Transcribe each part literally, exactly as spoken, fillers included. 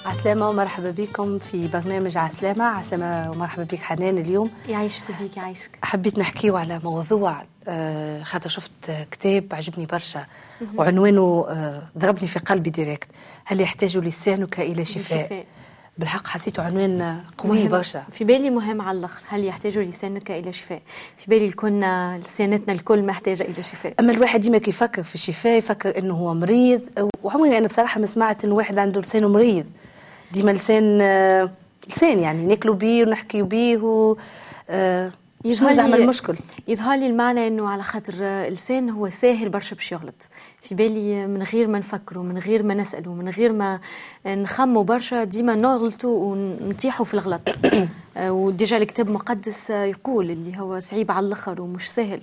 عسلامة ومرحبا بكم في برنامج عسلامة. عسلامة ومرحبا بك حنان. اليوم يعيشك بيك يعيشك. حبيت نحكيو على موضوع آه خاطر شفت كتاب عجبني برشا وعنوانه آه ضربني في قلبي ديريكت. هل يحتاج لسانك إلى شفاء؟ شفاء. بالحق حسيته عنوان قوي برشا. في بالي مهم على الاخر، هل يحتاج لسانك الى شفاء؟ في بالي كنا لسانتنا الكل محتاجه الى شفاء. اما الواحد ديما كيفكر في الشفاء يفكر انه هو مريض، وعمري انا بصراحه ما سمعت انه واحد عنده لسانه مريض. ديما لسان آه لسان يعني ناكلوا بيه ونحكيوا بيه و آه شنو زعما المشكل؟ يظهر لي المعنى انه على خاطر اللسان هو ساهل برشا باش يغلط. في بالي من غير ما نفكروا، من غير ما نسالوا، من غير ما نخموا برشا ديما نغلطوا ونطيحوا في الغلط. وديجا الكتاب المقدس يقول اللي هو صعيب على الاخر ومش سهل،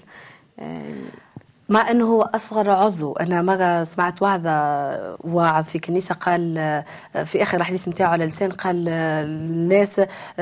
مع انه هو اصغر عضو. انا مره سمعت وعظه واعظ في كنيسه قال في اخر الحديث نتاعو على اللسان، قال الناس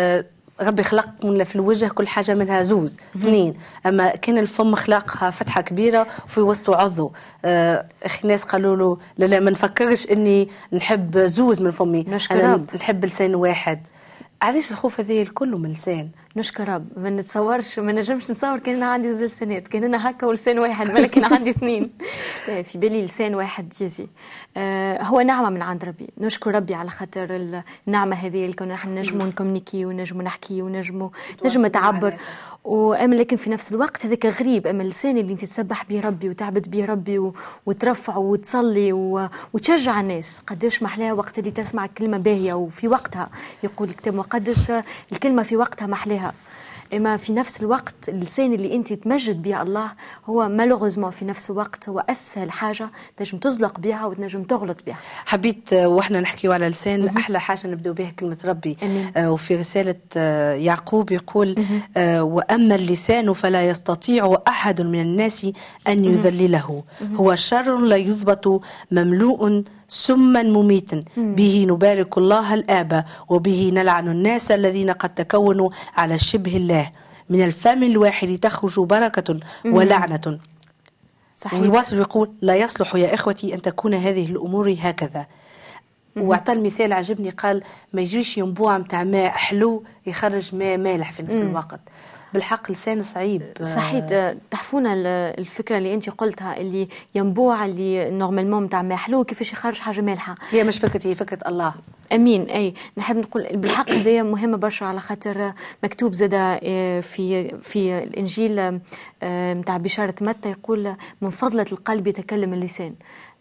ربي خلق من في الوجه كل حاجه منها زوز اثنين، اما كان الفم خلقها فتحه كبيره وفي وسطه عضو. آه اخي الناس قالوا له لا لا ما نفكرش اني نحب زوز من فمي، انا رب. نحب لسان واحد. علاش الخوف هذا الكل من اللسان؟ نشكر رب. ما نتصورش، ما نجمش نتصور كان انا عندي زوج لسانات، كان انا هكا ولسان واحد، بالك كان عندي اثنين. في بالي لسان واحد يزي. آه هو نعمه من عند ربي، نشكر ربي على خاطر النعمه هذه اللي كنا نحن نجموا نكومنيكي ونجموا نحكي ونجموا نجم نتعبر. واما لكن في نفس الوقت هذاك غريب، اما اللسان اللي انت تسبح به ربي وتعبد به ربي وترفع وتصلي وتشجع الناس، قداش محلاها وقت اللي تسمع كلمه باهيه وفي وقتها. يقول الكتاب المقدس الكلمه في وقتها محلاها. اما في نفس الوقت اللسان اللي انت تمجد به الله هو مالوغوزمون في نفس الوقت هو اسهل حاجه تنجم تزلق بها وتنجم تغلط بها. حبيت واحنا نحكيو على اللسان احلى حاجه نبداو بها كلمه ربي. آه وفي رساله آه يعقوب يقول آه واما اللسان فلا يستطيع احد من الناس ان يذلله، هو شر لا يضبط مملوء سما مميتا، به نبارك الله الآب وبه نلعن الناس الذين قد تكونوا على شبه الله، من الفم الواحد تخرج بركة ولعنة. صحيح. ويواصل يقول لا يصلح يا إخوتي أن تكون هذه الأمور هكذا. واعطى المثال عجبني، قال ما يجيش ينبوع متاع ماء حلو يخرج ماء مالح في نفس الوقت. بالحق لسان صعيب. صحيح. تحفونا الفكره اللي انت قلتها، اللي ينبوع اللي نورمالمون متاع ماء حلو كيفاش يخرج حاجه مالحه. هي مش فكرتي، هي فكره الله. امين. اي نحب نقول بالحق هذه مهمه برشا، على خاطر مكتوب زاده في في الانجيل نتاع بشاره متى يقول من فضله القلب يتكلم اللسان.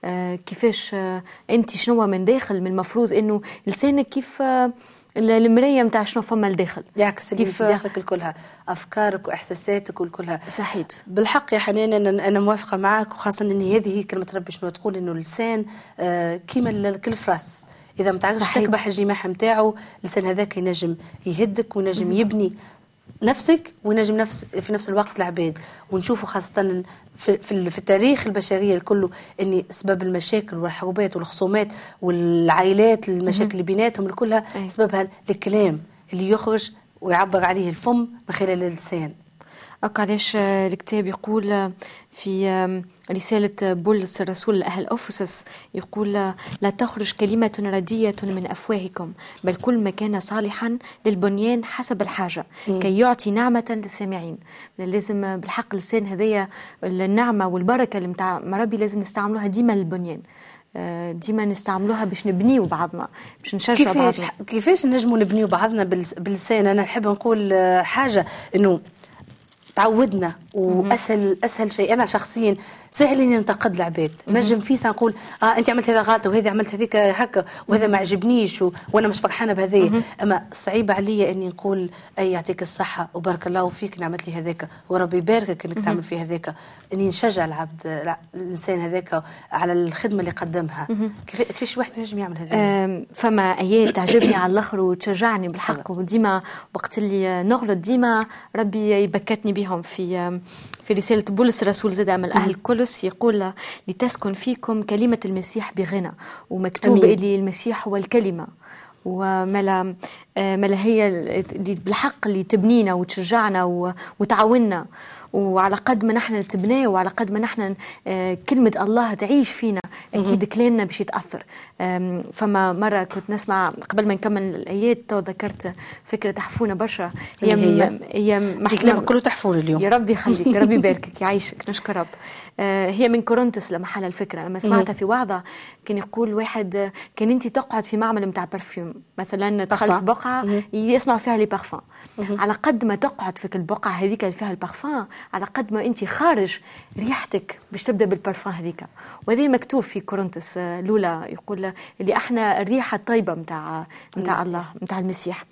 كيفاش انت شنو من داخل، من المفروض انه لسانك كيف المرايه نتاع شنو فما لداخل، يعكس اللي في داخلك كلها، افكارك واحساساتك وكلها. صحيح. بالحق يا حنان انا انا موافقه معك، وخاصه ان هذه هي كلمه ربي شنو تقول، انه اللسان آه كيما الكلفراس، اذا ما تعرفش تكبح الجماح نتاعو اللسان هذاك ينجم يهدك وينجم يبني نفسك وينجم نفس في نفس الوقت العباد. ونشوفوا خاصة في, في, في التاريخ البشرية الكل أن أسباب المشاكل والحروبات والخصومات والعائلات المشاكل اللي بيناتهم كلها سببها الكلام اللي يخرج ويعبر عليه الفم من خلال اللسان. أك علاش الكتاب يقول في رسالة بولس الرسول لأهل أفسس، يقول لا تخرج كلمة ردية من أفواهكم بل كل ما كان صالحا للبنيان حسب الحاجة كي يعطي نعمة للسامعين. لازم بالحق لسان هذية النعمة والبركة اللي متاع ربي لازم نستعملوها ديما للبنيان، ديما نستعملوها باش نبنيو بعضنا، باش نشجعوا بعضنا. كيفاش نجموا نبنيو بعضنا باللسان؟ أنا نحب نقول حاجة، إنه تعودنا واسهل اسهل شيء. انا شخصيا سهل اني ننتقد العباد، نجم فيسا نقول اه انت عملت هذا غلط وهذا عملت هذيك هكا وهذا ما عجبنيش و... وانا مش فرحانه بهذايا. اما صعيب عليا اني نقول اي يعطيك الصحه وبارك الله فيك نعمت لي هذاك وربي يباركك انك تعمل في هذاك، اني نشجع العبد الانسان هذاك على الخدمه اللي قدمها. كيفاش واحد نجم يعمل هذا؟ فما ايات تعجبني على الاخر وتشجعني بالحق، وديما وقت اللي نغلط ديما ربي يبكتني بهم. في في رسالة بولس الرسول زاد من أهل كولوس يقول لتسكن فيكم كلمة المسيح بغنى، ومكتوب اللي المسيح هو الكلمة. وملا ما هي اللي بالحق اللي تبنينا وتشجعنا وتعاوننا، وعلى قد ما نحن تبناه وعلى قد ما نحن كلمة الله تعيش فينا أكيد كلامنا باش يتأثر. فما مرة كنت نسمع قبل ما نكمل الآيات تو ذكرت فكرة تحفونا برشا. هي هي, هي كلامك كله تحفون اليوم. يا ربي يخليك، يا ربي يباركك يعيشك، نشكر رب. هي من كورنثوس لمحل الفكرة. لما سمعتها في وعظة كان يقول واحد كان انت تقعد في معمل متاع برفيوم مثلا، دخلت بقعة يصنعوا فيها لي بارفان، على قد ما تقعد في البقعة هذيك اللي فيها البارفان على قد ما انت خارج ريحتك باش تبدا بالبارفان هذيك. وهذا مكتوب في كورنثوس الاولى، يقول اللي احنا الريحه الطيبه نتاع نتاع الله نتاع المسيح.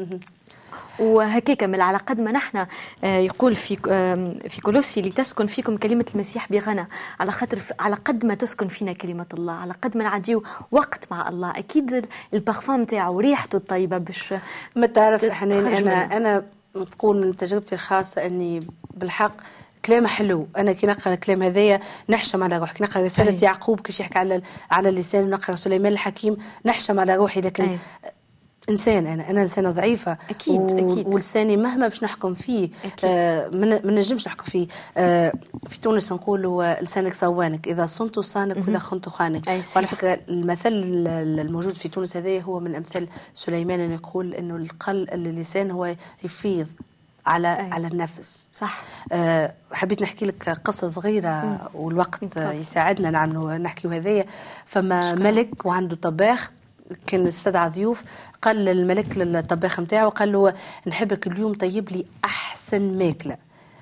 وهكاك من على قد ما نحن يقول في في كولوسي لتسكن فيكم كلمة المسيح بغنى، على خاطر على قد ما تسكن فينا كلمة الله، على قد ما نعديو وقت مع الله أكيد البارفان نتاعو وريحته الطيبة باش ما تعرف حنان. أنا أنا نقول من تجربتي الخاصة أني بالحق كلام حلو. انا كي نقرا الكلام هذايا نحشم على روحي، كي نقرا رساله أي. يعقوب كيش يحكي على على اللسان، ونقرا سليمان الحكيم نحشم على روحي، لكن أي. انسان انا انا انسانه ضعيفه اكيد و... اكيد ولساني مهما باش نحكم فيه آه ما نجمش نحكم فيه. آه في تونس نقولوا لسانك صوانك، اذا صنت صانك واذا خنت خانك. وعلى فكره المثل الموجود في تونس هذا هو من امثال سليمان، أن يقول انه القلب اللسان هو يفيض على أي. على النفس. صح. أه حبيت نحكي لك قصة صغيرة مم. والوقت مفضل. يساعدنا نعملوا نحكي هذايا. فما شكرا. ملك وعنده طباخ كان استدعى ضيوف، قال للملك للطباخ نتاعو قال له نحبك اليوم طيب لي احسن ماكله،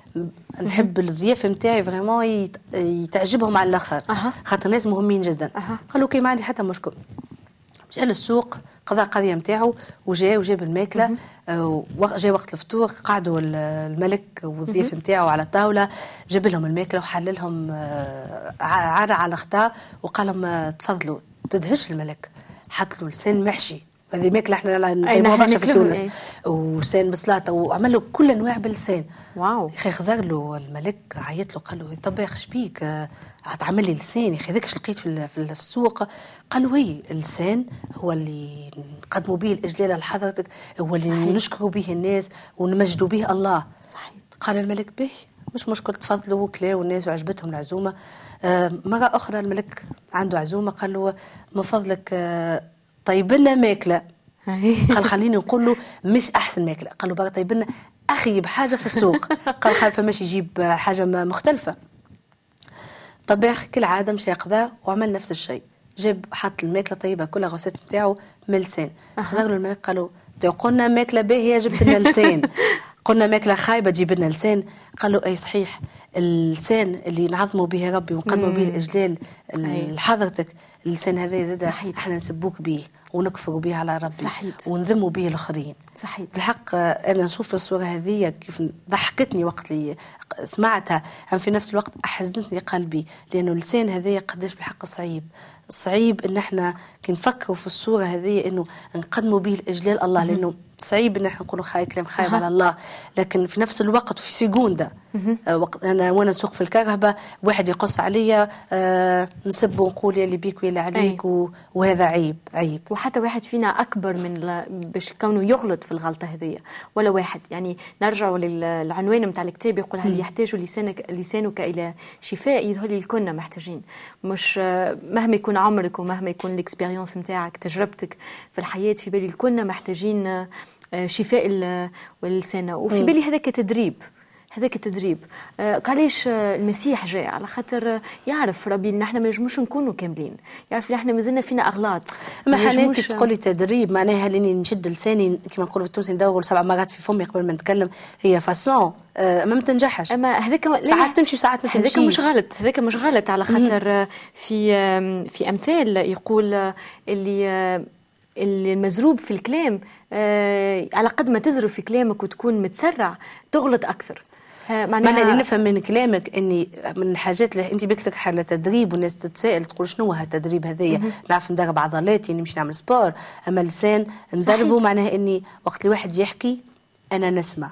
نحب الضياف نتاعي فريمون يتعجبهم على الاخر أه. خاطر ناس مهمين جدا. أه. قال له كي ما عندي حتى مشكل. مشى للسوق قضى القضيه نتاعو وجا وجاب الماكله. آه جا وقت الفطور قعدوا الملك والضيف نتاعو على الطاوله، جاب لهم الماكله وحللهم آه عار على خطا وقال لهم تفضلوا. تدهش الملك، حط له لسان محشي، هذه ماكله احنا نحبوها برشا في تونس، ولسان بسلاطه، وعمل له كل انواع باللسان. واو. يا اخي خزر له الملك، عيط له قال له طباخ شبيك هتعمل لي لسان؟ يا اخي هذاك لقيت في, في السوق. قال له وي اللسان هو اللي نقدموا به الاجلال لحضرتك، هو اللي صحيح. نشكروا به الناس ونمجدوا به الله. صحيح. قال الملك به مش مشكل تفضلوا كلا، والناس وعجبتهم العزومه. آه مرة أخرى الملك عنده عزومة، قال له من فضلك آه طيب لنا ماكلة. قال خليني نقول له مش أحسن ماكلة، قال له بقى طيب لنا أخي بحاجة في السوق. قال خايفة ماشي يجيب حاجة مختلفة. طباخ كالعادة مشى يقضى وعمل نفس الشيء، جاب حط الماكلة طيبة كلها غسات نتاعو من لسان. خزر له الملك قال له قلنا ماكلة باهية جبت لنا لسان، قلنا ماكلة خايبة تجيب لنا لسان. قال له أي صحيح، اللسان اللي نعظموا به ربي ونقدموا به الإجلال لحضرتك، اللسان هذا زاد احنا نسبوك به ونكفروا به على ربي. صحيح. ونذموا به الآخرين. صحيح. الحق أنا نشوف الصورة هذه كيف ضحكتني وقت اللي سمعتها، أم في نفس الوقت أحزنتني قلبي، لأنه اللسان هذا قداش بالحق صعيب صعيب إن احنا كي نفكروا في الصورة هذه إنه نقدموا به الإجلال الله، لأنه صعيب إن احنا نقولوا خاي كلام خايب على الله، لكن في نفس الوقت في سيكوندا آه وقت أنا وأنا نسوق في الكرهبة واحد يقص عليا آه نسب ونقول يلي بيك ويلي عليك، وهذا عيب عيب. وحتى واحد فينا أكبر من باش كونه يغلط في الغلطة هذه ولا واحد. يعني نرجعوا للعنوان متاع الكتاب يقول هل يحتاج لسانك لسانك إلى شفاء؟ يظهر لي كنا محتاجين، مش مهما يكون عمرك ومهما يكون الاكسبيرينس نتاعك تجربتك في الحياة، في بالي كنا محتاجين شفاء اللسان. وفي بالي هذاك تدريب هذاك التدريب. آه علاش المسيح جاء؟ على خاطر يعرف ربي ان احنا ما نجموش نكونوا كاملين، يعرف ان احنا مازلنا فينا اغلاط. ما حنانك تقولي تدريب معناها لاني نشد لساني كما نقولوا بالتونسي ندور سبع مرات في فمي قبل ما نتكلم، هي فاسون آه ما تنجحش. اما هذاك ساعات تمشي وساعات ما تمشيش. هذاك مش غلط، هذاك مش غلط على خاطر في في امثال يقول اللي المزروب في الكلام آه على قد ما تزرب في كلامك وتكون متسرع تغلط اكثر. معناها اللي نفهم من كلامك اني من الحاجات اللي انت بك تكحر لتدريب والناس تتسائل تقول شنو هو التدريب هذايا؟ نعرف ندرب عضلاتي نمشي نعمل سبور، اما اللسان ندربه معناها اني وقت الواحد يحكي انا نسمع.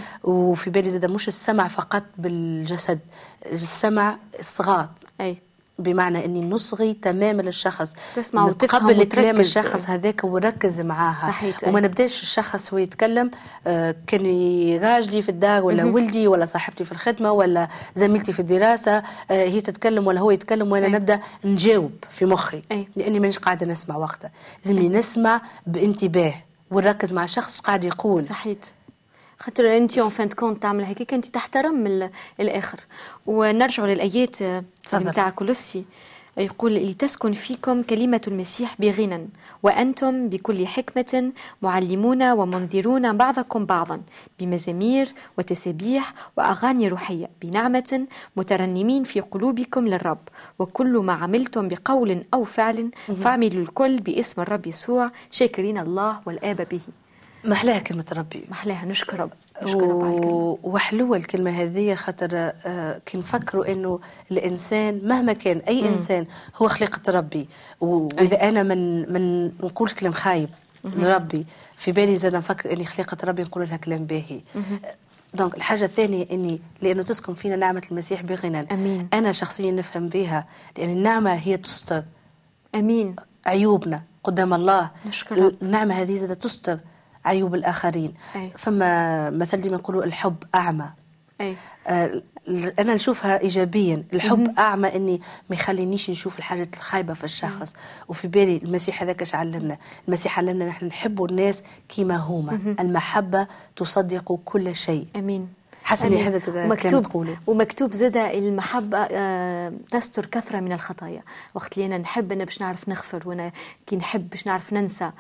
وفي بالي زاد مش السمع فقط بالجسد، السمع الصغات. اي بمعنى اني نصغي تماما للشخص، تسمع وتفهم نتقبل وتركز. كلام الشخص هذاك وركز معاها. صحيح. وما نبداش الشخص هو يتكلم آه كان راجلي في الدار ولا م-م. ولدي ولا صاحبتي في الخدمه ولا زميلتي في الدراسه، آه هي تتكلم ولا هو يتكلم وانا أي. نبدا نجاوب في مخي أي. لاني مانيش قاعده نسمع وقتها. لازمني نسمع بانتباه ونركز مع شخص قاعد يقول. صحيح. خاطر انت اون فان كونت تعمل هيك انت تحترم الاخر. ونرجعوا للايات نتاع كولوسي، يقول لتسكن فيكم كلمة المسيح بغنى وأنتم بكل حكمة معلمون ومنذرون بعضكم بعضا بمزامير وتسابيح وأغاني روحية بنعمة مترنمين في قلوبكم للرب، وكل ما عملتم بقول أو فعل فاعملوا الكل باسم الرب يسوع شاكرين الله والآب به. محلاها كلمة ربي، محلاها. نشكر رب و... وحلوة الكلمة هذه خاطر آه كي نفكروا انه الانسان مهما كان اي مم. انسان هو خليقة ربي، واذا انا من من نقول كلام خايب لربي في بالي زاد نفكر اني خليقة ربي نقول لها كلام باهي. دونك الحاجة الثانية اني لانه تسكن فينا نعمة المسيح بغنى. امين. انا شخصيا نفهم بها لان النعمة هي تستر امين عيوبنا قدام الله. نشكر النعمة هذه زاد تستر عيوب الآخرين. أي. فما مثل ديما نقولوا الحب أعمى. أي. آه أنا نشوفها إيجابيا. الحب م-م. أعمى إني ما يخلينيش نشوف الحاجات الخايبة في الشخص. م. وفي بالي المسيح هذاك اش علمنا؟ المسيح علمنا نحن نحبوا الناس كما هما. م-م. المحبة تصدق كل شيء. أمين. حسني هذا كذا ومكتوب تقولي. ومكتوب زدا المحبة آه تستر كثرة من الخطايا. وقت اللي أنا نحب أنا باش نعرف نغفر، وأنا كي نحب باش نعرف ننسى،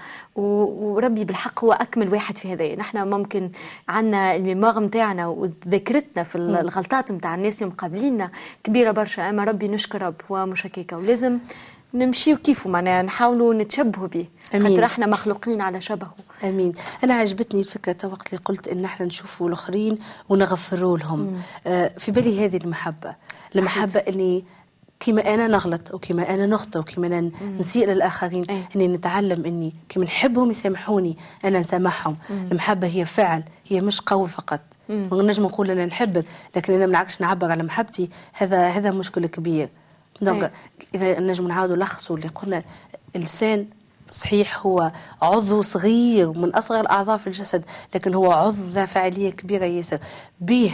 وربي بالحق هو أكمل واحد في هذا. نحن ممكن عنا الميموار متاعنا وذاكرتنا في الغلطات متاع الناس اللي مقابليننا كبيرة برشا، أما ربي نشكر رب هو مش هكاكا، ولازم نمشيو كيفه معناها نحاولوا نتشبهوا به خاطر احنا مخلوقين على شبهه. امين. انا عجبتني الفكره وقت اللي قلت ان احنا نشوفوا الاخرين ونغفروا لهم. آه في بالي هذه المحبه. صحيح. المحبه اني كما انا نغلط وكما انا نخطئ وكما انا نسيء للاخرين أي. اني نتعلم اني كما نحبهم يسامحوني انا نسامحهم. مم. المحبه هي فعل، هي مش قول فقط. ما نجم نقول انا نحبك لكن انا بالعكس نعبر على محبتي، هذا هذا مشكل كبير. دونك إذا نجم نعاودوا نلخصوا اللي قلنا، اللسان صحيح هو عضو صغير من أصغر الأعضاء في الجسد، لكن هو عضو ذا فاعلية كبيرة ياسر، به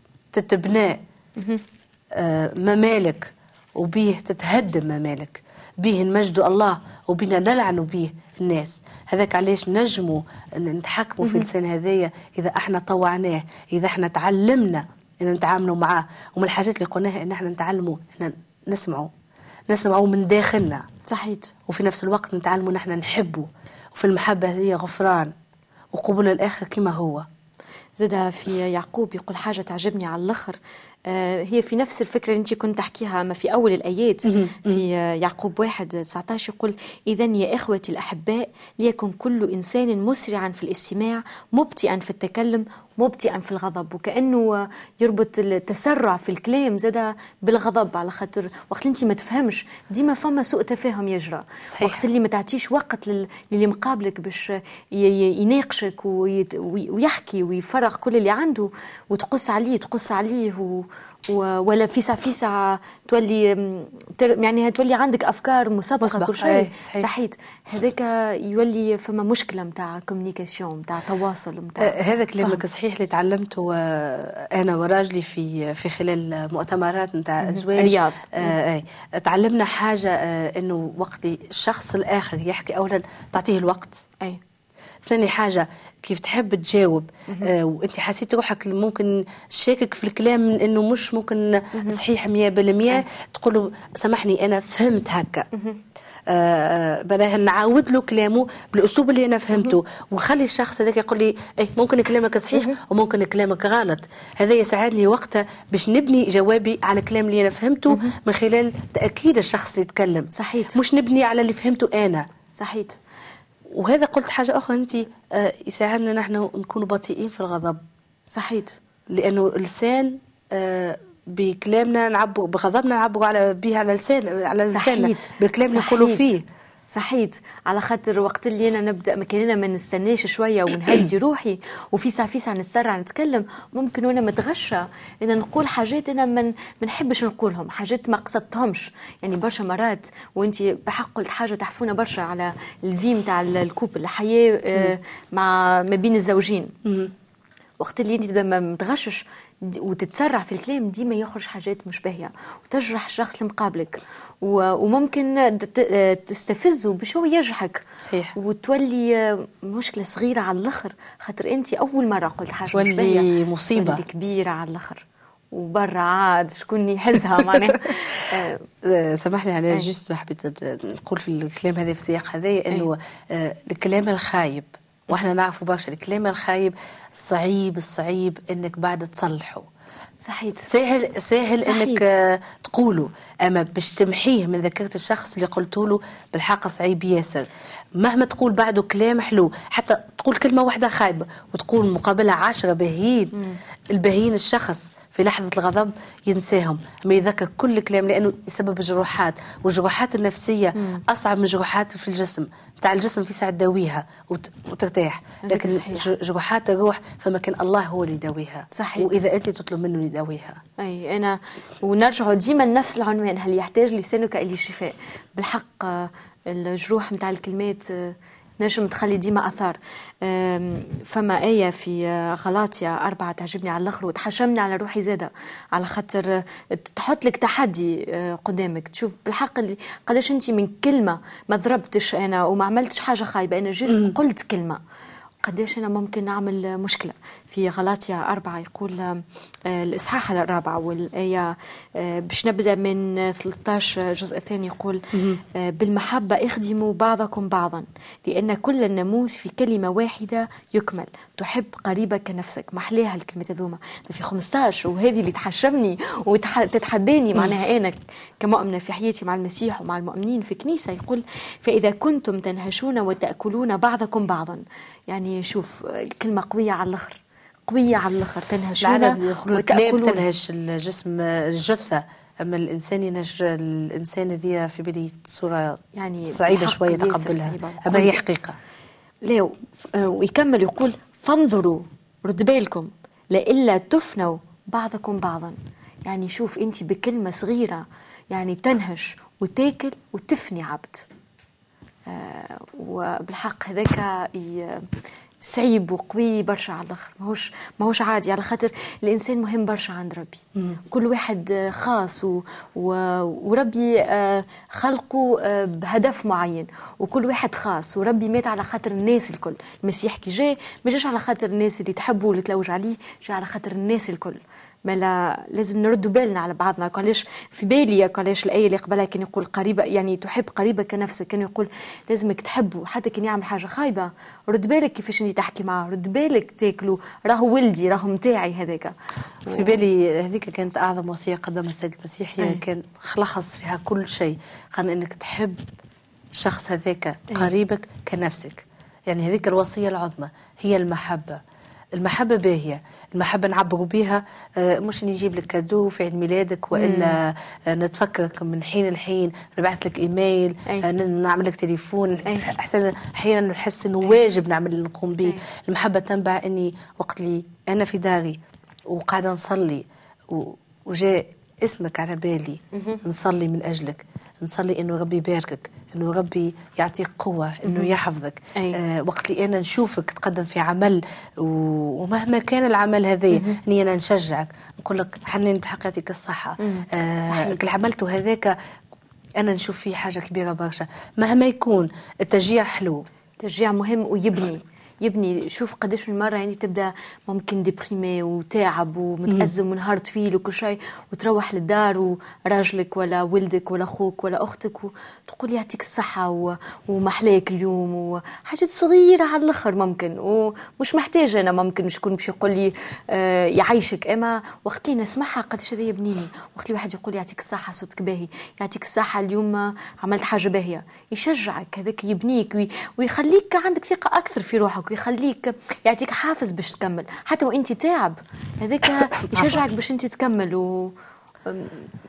تتبنى آه ممالك وبه تتهدم ممالك، به نمجد الله وبنا نلعنوا به الناس. هذاك علاش نجموا نتحكموا في لسان هذايا إذا احنا طوعناه، إذا احنا تعلمنا أن نتعاملوا معاه. ومن الحاجات اللي قلناها أن احنا نتعلموا أن نسمعوا نسمعوا من داخلنا. صحيح. وفي نفس الوقت نتعلموا نحن نحبه، وفي المحبة هذه غفران وقبول الآخر كما هو. زاد في يعقوب يقول حاجة تعجبني على الآخر، آه هي في نفس الفكرة اللي انت كنت تحكيها ما في أول الآيات في يعقوب واحد تسعة عشر يقول إذن يا إخوتي الأحباء ليكن كل إنسان مسرعا في الاستماع مبطئا في التكلم مبطئا في الغضب. وكأنه يربط التسرع في الكلام زاد بالغضب، على خاطر وقت انت ما تفهمش ديما فما سوء تفاهم يجرى. صحيح. وقت اللي ما تعطيش وقت للي مقابلك باش يناقشك ويحكي ويفرغ كل اللي عنده وتقص عليه تقص عليه و ولا في ساعة في ساعة تولي يعني تولي عندك أفكار مسبقة كل شيء. صحيح. صحيح. هذاك يولي فما مشكلة متاع كوميونيكاسيون متاع تواصل متاع هذا كلامك صحيح اللي تعلمته أنا وراجلي في في خلال مؤتمرات متاع الزواج. رياض. آه تعلمنا حاجة آه إنه وقت الشخص الآخر يحكي أولا تعطيه الوقت. أي. ثاني حاجة كيف تحب تجاوب آه وانت حسيت روحك ممكن شاكك في الكلام من انه مش ممكن صحيح مية بالمية تقول له سامحني انا فهمت هكا. آه بدأ نعاود له كلامه بالاسلوب اللي انا فهمته ونخلي الشخص هذاك يقول لي ايه ممكن كلامك صحيح وممكن كلامك غلط. هذا يساعدني وقتها باش نبني جوابي على الكلام اللي انا فهمته من خلال تأكيد الشخص اللي يتكلم. صحيح. مش نبني على اللي فهمته انا. صحيح. وهذا قلت حاجة أخرى أنت آه يساعدنا نحن نكون بطيئين في الغضب. صحيح. لأنه اللسان آه بكلامنا نعبر بغضبنا نعبر على به على لسان على لساننا بالكلام اللي نقولوا فيه. صحيت، على خاطر وقت اللي انا نبدا مكاننا ما نستناش شويه ونهدي روحي وفي ساعه في ساعه نتسرع نتكلم، ممكن وانا متغشى ان نقول حاجات انا من ما نحبش نقولهم، حاجات ما قصدتهمش. يعني برشا مرات وانت بحق قلت حاجه تحفونا برشا على الفي نتاع الكوب الحياه آه مع ما بين الزوجين. وقت اللي انت تبدا متغشش وتتسرع في الكلام ديما يخرج حاجات مش باهيه وتجرح الشخص المقابلك، وممكن تستفزه باش هو يجرحك. صحيح. وتولي مشكله صغيره على الاخر، خاطر انت اول مره قلت حاجه مش باهيه تولي مصيبه تولي كبيره على الاخر، وبرا عاد شكون يحزها معناها. سامحني على جست حبيت نقول في الكلام هذا في السياق هذا انه الكلام الخايب، واحنا نعرفوا برشا الكلام الخايب صعيب الصعيب انك بعد تصلحه. صحيح. سهل سهل صحيت. انك تقوله، اما باش تمحيه من ذاكره الشخص اللي قلته له بالحق صعيب ياسر. مهما تقول بعده كلام حلو، حتى تقول كلمه واحده خايبه وتقول مقابلها عشرة باهيين، الباهيين الشخص في لحظه الغضب ينساهم، ما يذكر كل كلام، لانه يسبب جروحات، والجروحات النفسيه مم. اصعب من جروحات في الجسم. بتاع الجسم في ساعه تداويها وت... وترتاح، لكن جروحات الروح فما كان الله هو اللي يداويها. صحيح. واذا انت تطلب منه يداويها. اي انا ونرجع ديما لنفس العنوان، هل يحتاج لسانك الى شفاء؟ بالحق الجروح نتاع الكلمات نجم تخلي ديما اثار. فما ايه في غلاطيا أربعة تعجبني على الاخر وتحشمني على روحي زاده، على خاطر تحط لك تحدي قدامك، تشوف بالحق اللي قداش انت من كلمه ما ضربتش انا وما عملتش حاجه خايبه، انا جست قلت كلمه قداش أنا ممكن نعمل مشكلة. في غلاطيا أربعة يقول الإصحاح الرابع والآية باش نبدأ من ثلاثة عشر الجزء الثاني، يقول بالمحبة اخدموا بعضكم بعضا لأن كل الناموس في كلمة واحدة يكمل، تحب قريبك كنفسك. محلاها الكلمة ذوما في خمسة عشر، وهذه اللي تحشمني وتتحداني معناها أنا كمؤمنة في حياتي مع المسيح ومع المؤمنين في كنيسة. يقول فإذا كنتم تنهشون وتأكلون بعضكم بعضا، يعني شوف الكلمة قوية على الآخر، قوية على الآخر، تنهشون وتأكلون. تنهش الجسم الجثة، أما الإنسان ينهش الإنسان ذي في بالي صورة يعني صعيبة شوية تقبلها، أما هي حقيقة. ليه ويكمل يقول فانظروا رد بالكم لإلا تفنوا بعضكم بعضا. يعني شوف أنت بكلمة صغيرة يعني تنهش وتاكل وتفني عبد. آه وبالحق هذاك صعيب وقوي برشا على الاخر، ماهوش ماهوش عادي، على خاطر الانسان مهم برشا عند ربي. مم. كل واحد خاص و... و... وربي خلقه بهدف معين، وكل واحد خاص، وربي مات على خاطر الناس الكل. المسيح كي جاء ما جاش على خاطر الناس اللي تحبوا واللي تلوج عليه، جاء على خاطر الناس الكل. مالا لازم نردوا بالنا على بعضنا. قالش في بالي قالش الآية اللي قبلها كان يقول قريبة يعني تحب قريبك كنفسك، كان يقول لازمك تحبه حتى كان يعمل حاجة خايبة رد بالك كيفاش انت تحكي معه، رد بالك تاكلوا، راهو ولدي راهو متاعي هذاك. في بالي هذيك كانت أعظم وصية قدمها السيد المسيح، هي كان خلص فيها كل شيء، قال انك تحب الشخص هذاك قريبك كنفسك. يعني هذيك الوصية العظمى هي المحبة. المحبة باهية، المحبة نعبروا بها مش نجيب لك كادو في عيد ميلادك وإلا مم. نتفكرك من حين لحين، نبعث لك إيميل، أي. نعمل لك تليفون، أحسن أحيانا نحس إنه واجب نعمل نقوم به. المحبة تنبع إني وقت لي أنا في داري وقاعدة نصلي وجاء اسمك على بالي، نصلي من أجلك، نصلي إنه ربي يباركك، إنه ربي يعطيك قوة، إنه يحفظك. آه وقت اللي أنا نشوفك تقدم في عمل ومهما كان العمل هذا إني أنا نشجعك، نقول لك حنين بالحق يعطيك الصحة. آه كل عملته هذاك أنا نشوف فيه حاجة كبيرة برشا. مهما يكون التشجيع حلو، تشجيع مهم ويبني يبني. شوف قداش من مرة يعني تبدأ ممكن ديبريمي وتعب ومتأزم ونهار طويل وكل شيء، وتروح للدار وراجلك ولا ولدك ولا أخوك ولا أختك وتقول يعطيك الصحة ومحلاك اليوم، وحاجات صغيرة على الآخر ممكن ومش محتاجة أنا ممكن مش يكون باش يقول لي آه يعيشك، أما وقت اللي نسمعها قداش هذا يبنيني. وقت اللي واحد يقول يعطيك الصحة صوتك باهي، يعطيك الصحة اليوم عملت حاجة باهية، يشجعك، هذاك يبنيك ويخليك عندك ثقة أكثر في روحك، ويخليك يعطيك حافز باش تكمل حتى وانت تعب، هذاك يشجعك باش انت تكمل. و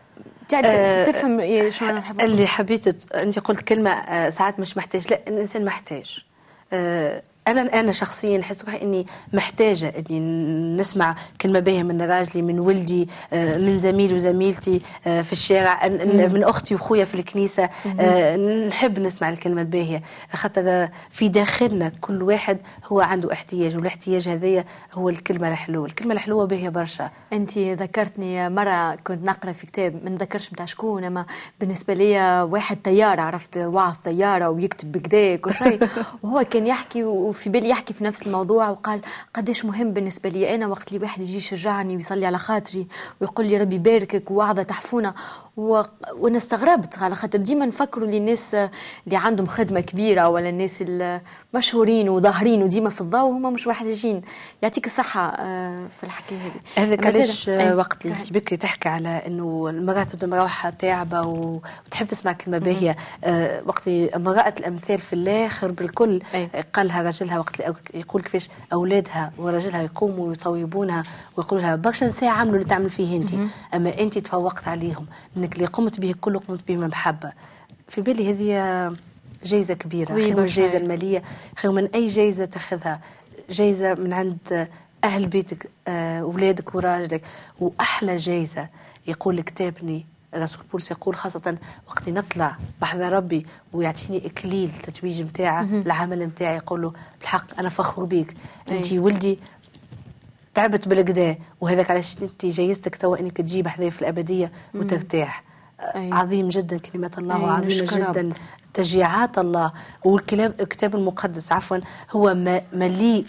أه تفهم شو أنا نحب اللي حبيت أنت قلت كلمة أه ساعات مش محتاج. لا، الإنسان محتاج. أه أنا أنا شخصيا نحس روحي إني محتاجة إني نسمع كلمة باهية من راجلي، من ولدي، من زميلي وزميلتي في الشارع، من أختي وخويا في الكنيسة. نحب نسمع الكلمة الباهية، خاطر في داخلنا كل واحد هو عنده احتياج، والاحتياج هذايا هو الكلمة الحلوة. الكلمة الحلوة باهية برشا. أنت ذكرتني مرة كنت نقرأ في كتاب، ما نذكرش متاع شكون، أما بالنسبة لي واحد طيار، عرفت وعظ طيارة ويكتب بكدا كل شيء، وهو كان يحكي في بالي يحكي في نفس الموضوع، وقال قديش مهم بالنسبة لي أنا وقت اللي واحد يجي يشجعني ويصلي على خاطري ويقول لي ربي باركك ووعظة تحفونا. و... وانا استغربت على خاطر ديما نفكروا لي الناس اللي عندهم خدمة كبيرة ولا الناس المشهورين وظاهرين وديما في الضوء هما مش واحدين. يعطيك الصحة في الحكاية هذه. هذا علاش وقت اللي انت بكري تحكي على انه المرأة تبدا مروحة تعبة وتحب تسمع كلمة باهية. آه وقت امرأة الامثال في الاخر بالكل قالها رجلها وقت يقول كيفاش اولادها ورجلها يقوموا ويطيبونها ويقولوا لها برشا نساء عملوا اللي تعمل فيه انت، اما انت تفوقت عليهم، انك اللي قمت به كله قمت به محبة. في بالي هذه جائزة كبيرة، خير من الجائزة المالية، خير من أي جائزة تاخذها، جائزة من عند أهل بيتك، أولادك وراجلك. وأحلى جائزة يقول كتابني الرسول بولس، يقول خاصة وقت نطلع بحذا ربي ويعطيني إكليل تتويج متاعه العمل متاعي، يقول له بالحق أنا فخور بيك، أنت ولدي تعبت بالكدا، وهذاك علاش انت جايزتك توا انك تجيب حذايا في الابديه وترتاح. أي. عظيم جدا كلمات الله، وعظيمه جدا تشجيعات الله. والكتاب الكتاب المقدس عفوا هو مليء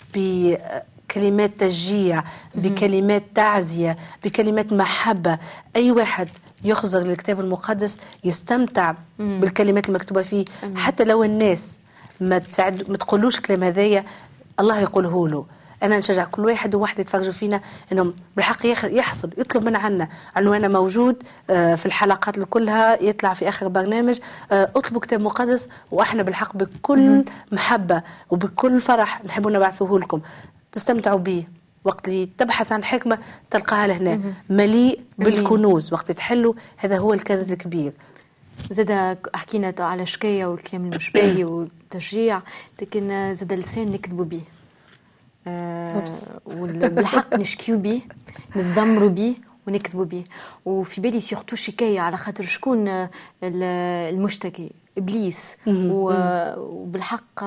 بكلمات تشجيع، بكلمات تعزيه، بكلمات محبه. اي واحد يخزر للكتاب المقدس يستمتع مم. بالكلمات المكتوبه فيه. أمين. حتى لو الناس ما تساعد ما تقولوش الكلام هذايا، الله يقوله له. أنا نشجع كل واحد وواحدة يتفرجوا فينا إنهم بالحق يحصل يطلب من عنا عنواننا موجود في الحلقات كلها، يطلع في آخر برنامج. اطلبوا كتاب مقدس، وإحنا بالحق بكل محبة وبكل فرح نحب نبعثه لكم تستمتعوا به. وقت اللي تبحث عن حكمة تلقاها لهنا، مليء بالكنوز. وقت تحلوا هذا هو الكنز الكبير. زاد حكينا على شكاية والكلام المشباهي والتشجيع، لكن زاد لسان نكذبوا به. آه وبالحق نشكيو به، نتذمروا به ونكذبوا به. وفي بالي سيغتو شكاية على خاطر شكون المشتكي؟ إبليس. وبالحق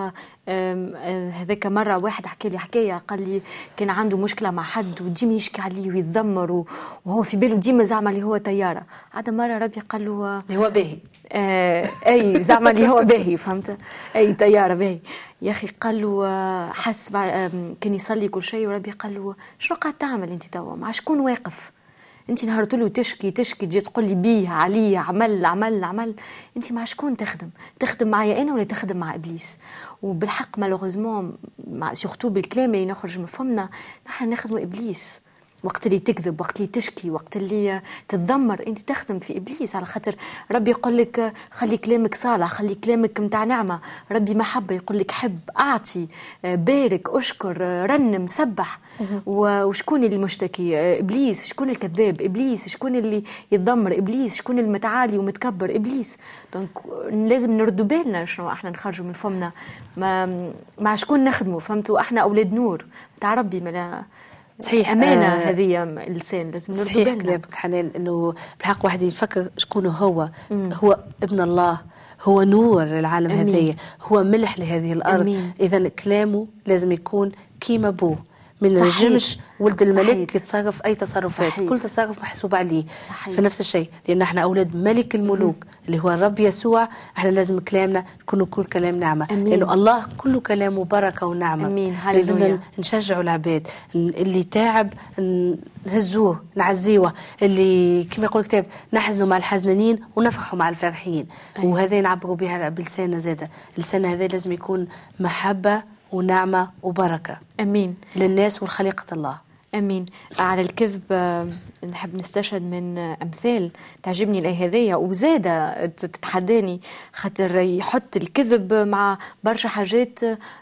هذاك مرة واحد حكى لي حكاية، قال لي كان عنده مشكلة مع حد وديما يشكي عليه ويتذمر، وهو في باله ديما زعما اللي هو طيارة. عاد مرة ربي قال له اللي هو باهي، آه أي زعما اللي هو باهي، فهمت؟ أي طيارة باهي يا أخي. قال له حس كان يصلي كل شيء، وربي قال له شنو قاعد تعمل أنت توا؟ مع شكون واقف؟ انت نهارت له تشكي تشكي تجي تقول لي بيه عليه عمل عمل عمل، انت مع شكون تخدم؟ تخدم معايا انا ولا تخدم مع ابليس؟ وبالحق مالوغوزمون مع سورتو بالكلام اللي نخرج من فمنا نحن نخدموا ابليس. وقت اللي تكذب، وقت اللي تشكي، وقت اللي تتذمر، انت تخدم في ابليس. على خاطر ربي يقول لك خلي كلامك صالح، خلي كلامك متاع نعمه. ربي محبه، يقول لك حب، اعطي، بارك، اشكر، رنم، سبح. وشكون اللي مشتكي؟ ابليس. شكون الكذاب؟ ابليس. شكون اللي يتذمر؟ ابليس. شكون المتعالي ومتكبر؟ ابليس. دونك لازم نردوا بالنا شنو احنا نخرجوا من فمنا، ما مع شكون نخدموا. فهمتوا؟ احنا اولاد نور تاع ربي. ما صحيح أمانة آه هذه اللسان لازم نرد بالنا. صحيح كلامك حنان، إنه بالحق واحد يفكر شكون هو. مم. هو ابن الله، هو نور للعالم هذايا، هو ملح لهذه الأرض. إذا كلامه لازم يكون كيما بوه، من نجمش ولد الملك يتصرف أي تصرفات. صحيح. كل تصرف محسوب عليه. صحيح. في نفس الشيء، لأن احنا أولاد ملك الملوك مم. اللي هو الرب يسوع. احنا لازم كلامنا يكون كل كلام نعمة. أمين. لأنه الله كله كلامه بركة ونعمة. أمين. لازم نشجعوا العباد، اللي تعب نهزوه نعزيوه، اللي كما يقول الكتاب نحزنوا مع الحزنانين ونفرحوا مع الفرحين. أيوة. وهذا نعبروا بها بلساننا زادة. لساننا هذا لازم يكون محبة ونعمة وبركة. أمين. للناس والخليقة الله. امين. على الكذب نحب نستشهد من امثال تعجبني الايه هذيا وزاده تتحداني، خاطر يحط الكذب مع برشا حاجات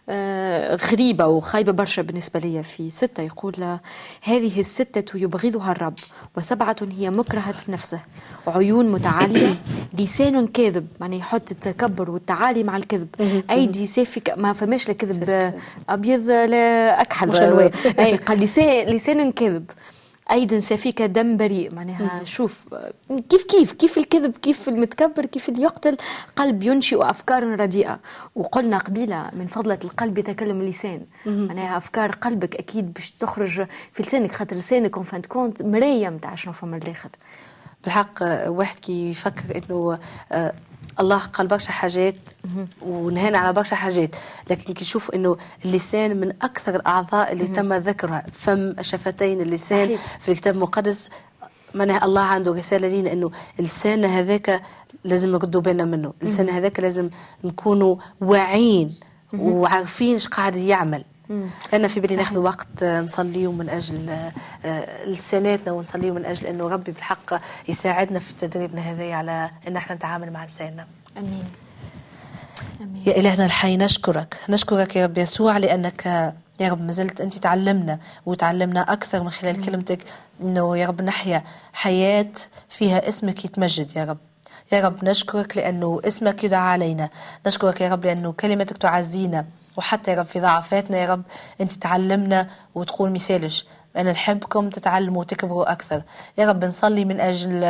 غريبه وخايبه برشا بالنسبه لي. في سته يقول: هذه السته يبغضها الرب، وسبعه هي مكرهه نفسه، وعيون متعاليه، لسان كاذب، يعني يحط التكبر والتعالي مع الكذب، ايدي سافكه، ما فماش الكذب ابيض لا اكحل مش الوان. اي قال لسان لسان كذب، أيد سفيكة دم بريء. معناها شوف كيف كيف كيف الكذب، كيف المتكبر، كيف اللي يقتل، قلب ينشئ أفكار رديئة. وقلنا قبيلة من فضلة القلب يتكلم اللسان، معناها أفكار قلبك أكيد باش تخرج في لسانك، خاطر لسانك اون فان كونت مراية متاع شنو فما الآخر. بالحق واحد كي يفكر إنه آه الله قال برشا حاجات ونهانا على برشا حاجات، لكن كي نشوف انه اللسان من اكثر الاعضاء اللي تم ذكرها، فم، الشفتين، اللسان صحيح. في الكتاب المقدس معناها الله عنده رساله لينا انه لساننا هذاك لازم نردوا بالنا منه، لساننا هذاك لازم نكونوا واعيين وعارفين ايش قاعد يعمل. أنا في بالي ناخذ وقت نصليه من أجل لساناتنا، ونصليه من أجل أنه ربي بالحق يساعدنا في تدريبنا هذا على أن احنا نتعامل مع لساننا. أمين. أمين. يا إلهنا الحي نشكرك، نشكرك يا رب يسوع لأنك يا رب ما زلت أنت تعلمنا وتعلمنا أكثر من خلال أمين. كلمتك أنه يا رب نحيا حياة فيها اسمك يتمجد يا رب. يا رب نشكرك لأنه اسمك يدعى علينا، نشكرك يا رب لأنه كلمتك تعزينا، وحتى يا رب في ضعفاتنا يا رب أنت تعلمنا وتقول مثالش أنا نحبكم تتعلموا وتكبروا أكثر. يا رب نصلي من أجل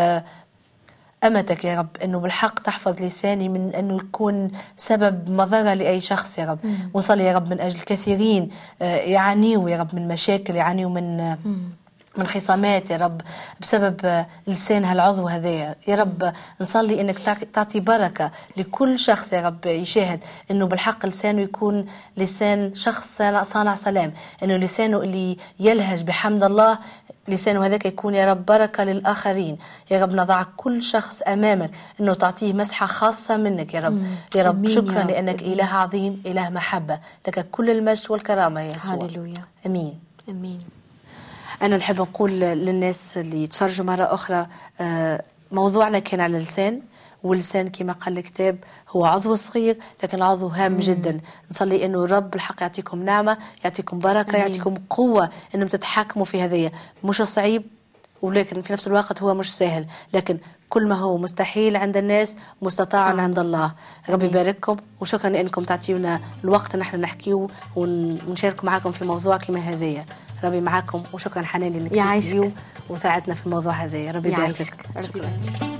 أمتك يا رب أنه بالحق تحفظ لساني من أنه يكون سبب مضرة لأي شخص يا رب. مم. ونصلي يا رب من أجل كثيرين يعانيوا يا رب من مشاكل، يعانيوا من مم. من خصامات يا رب بسبب لسان هالعضو هذايا. يا رب نصلي انك تعطي بركة لكل شخص يا رب يشاهد انه بالحق لسانه يكون لسان شخص صانع سلام، انه لسانه اللي يلهج بحمد الله، لسانه هذاك يكون يا رب بركة للآخرين. يا رب نضع كل شخص أمامك انه تعطيه مسحة خاصة منك يا رب. مم. يا رب شكرا يا رب. لأنك أمين. إله عظيم، إله محبة، لك كل المجد والكرامة يا يسوع. هاليلويا. أمين. أمين. أنا نحب نقول للناس اللي يتفرجوا مرة أخرى موضوعنا كان على اللسان، واللسان كما قال الكتاب هو عضو صغير لكن عضو هام مم. جدا. نصلي أنه رب الحق يعطيكم نعمة، يعطيكم بركة، أمين. يعطيكم قوة أنهم تتحكموا في هذه. مش صعيب ولكن في نفس الوقت هو مش سهل، لكن كل ما هو مستحيل عند الناس مستطاع عند الله. ربي يبارككم وشكرا لأنكم تعطيونا الوقت نحن نحكيه ونشارك معكم في موضوع كما هذايا. ربي معكم وشكرا حنان لأنك جيت اليوم وساعدنا في الموضوع هذا. ربي يباركك.